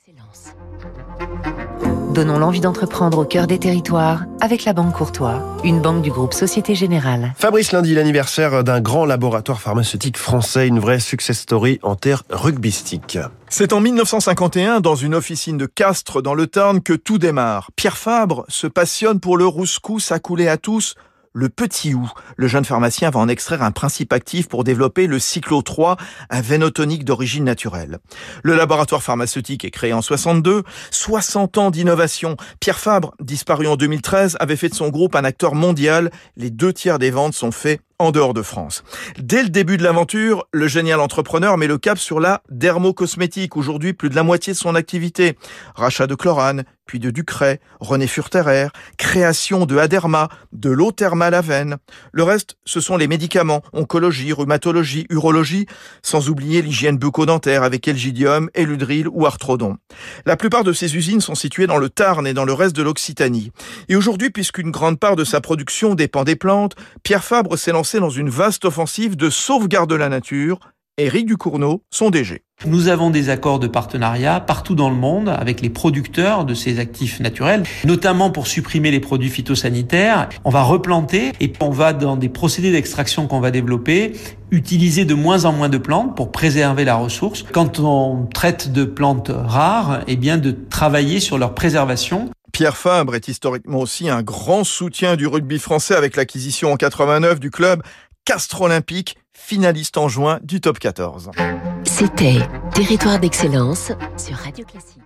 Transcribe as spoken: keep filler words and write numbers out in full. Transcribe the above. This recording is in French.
Donnons l'envie d'entreprendre au cœur des territoires avec la Banque Courtois, une banque du groupe Société Générale. Fabrice, lundi, l'anniversaire d'un grand laboratoire pharmaceutique français, une vraie success story en terre rugbystique. C'est en mille neuf cent cinquante et un, dans une officine de Castres, dans le Tarn, que tout démarre. Pierre Fabre se passionne pour le rouscous à couler à tous. Le petit hou. Le jeune pharmacien va en extraire un principe actif pour développer le cyclo trois, un vénotonique d'origine naturelle. Le laboratoire pharmaceutique est créé en soixante-deux. soixante ans d'innovation. Pierre Fabre, disparu en deux mille treize, avait fait de son groupe un acteur mondial. Les deux tiers des ventes sont faits en dehors de France. Dès le début de l'aventure, le génial entrepreneur met le cap sur la dermocosmétique. Aujourd'hui, plus de la moitié de son activité. Rachat de Chlorane, puis de Ducray, René Furterer, création de Aderma, de l'eau thermale à veine. Le reste, ce sont les médicaments, oncologie, rhumatologie, urologie, sans oublier l'hygiène bucco-dentaire avec Elgidium, Eludril ou Artrodon. La plupart de ces usines sont situées dans le Tarn et dans le reste de l'Occitanie. Et aujourd'hui, puisqu'une grande part de sa production dépend des plantes, Pierre Fabre s'est lancé dans une vaste offensive de sauvegarde de la nature. Éric Ducournau, son D G. Nous avons des accords de partenariat partout dans le monde avec les producteurs de ces actifs naturels, notamment pour supprimer les produits phytosanitaires. On va replanter et on va, dans des procédés d'extraction qu'on va développer, utiliser de moins en moins de plantes pour préserver la ressource. Quand on traite de plantes rares, eh bien de travailler sur leur préservation. Pierre Fabre est historiquement aussi un grand soutien du rugby français avec l'acquisition en quatre-vingt-neuf du club Castres Olympique, finaliste en juin du top quatorze. C'était Territoire d'Excellence sur Radio Classique.